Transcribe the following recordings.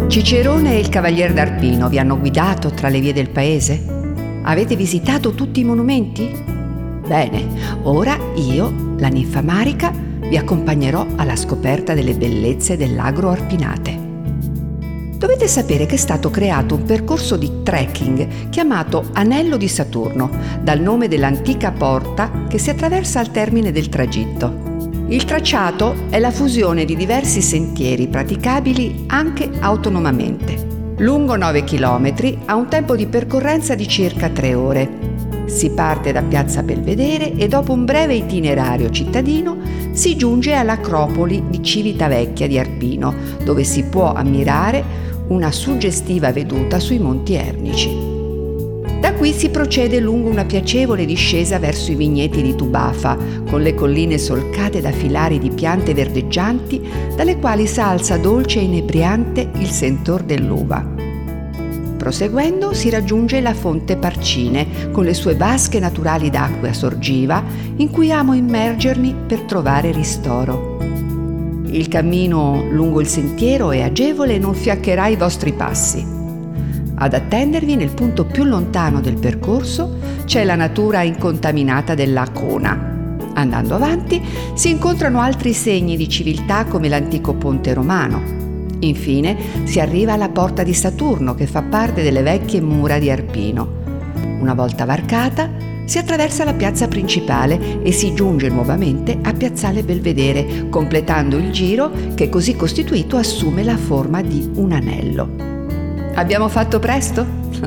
Cicerone e il Cavalier d'Arpino vi hanno guidato tra le vie del paese? Avete visitato tutti i monumenti? Bene, ora io, la ninfa Marica, vi accompagnerò alla scoperta delle bellezze dell'Agro Arpinate. Dovete sapere che è stato creato un percorso di trekking chiamato Anello di Saturno, dal nome dell'antica porta che si attraversa al termine del tragitto. Il tracciato è la fusione di diversi sentieri praticabili anche autonomamente. Lungo 9 km, ha un tempo di percorrenza di circa 3 ore. Si parte da Piazza Belvedere e dopo un breve itinerario cittadino si giunge all'Acropoli di Civitavecchia di Arpino, dove si può ammirare una suggestiva veduta sui Monti Ernici. Da qui si procede lungo una piacevole discesa verso i vigneti di Tubafa, con le colline solcate da filari di piante verdeggianti, dalle quali s'alza dolce e inebriante il sentor dell'uva. Proseguendo si raggiunge la Fonte Parcine, con le sue vasche naturali d'acqua sorgiva, in cui amo immergermi per trovare ristoro. Il cammino lungo il sentiero è agevole e non fiaccherà i vostri passi. Ad attendervi nel punto più lontano del percorso c'è la natura incontaminata della Cona. Andando avanti si incontrano altri segni di civiltà come l'antico ponte romano. Infine si arriva alla Porta di Saturno, che fa parte delle vecchie mura di Arpino. Una volta varcata si attraversa la piazza principale e si giunge nuovamente a Piazzale Belvedere, completando il giro che così costituito assume la forma di un anello. Abbiamo fatto presto?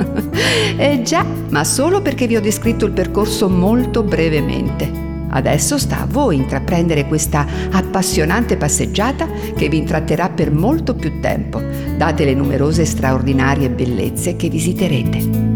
Già, ma solo perché vi ho descritto il percorso molto brevemente. Adesso sta a voi intraprendere questa appassionante passeggiata che vi intratterà per molto più tempo, date le numerose e straordinarie bellezze che visiterete.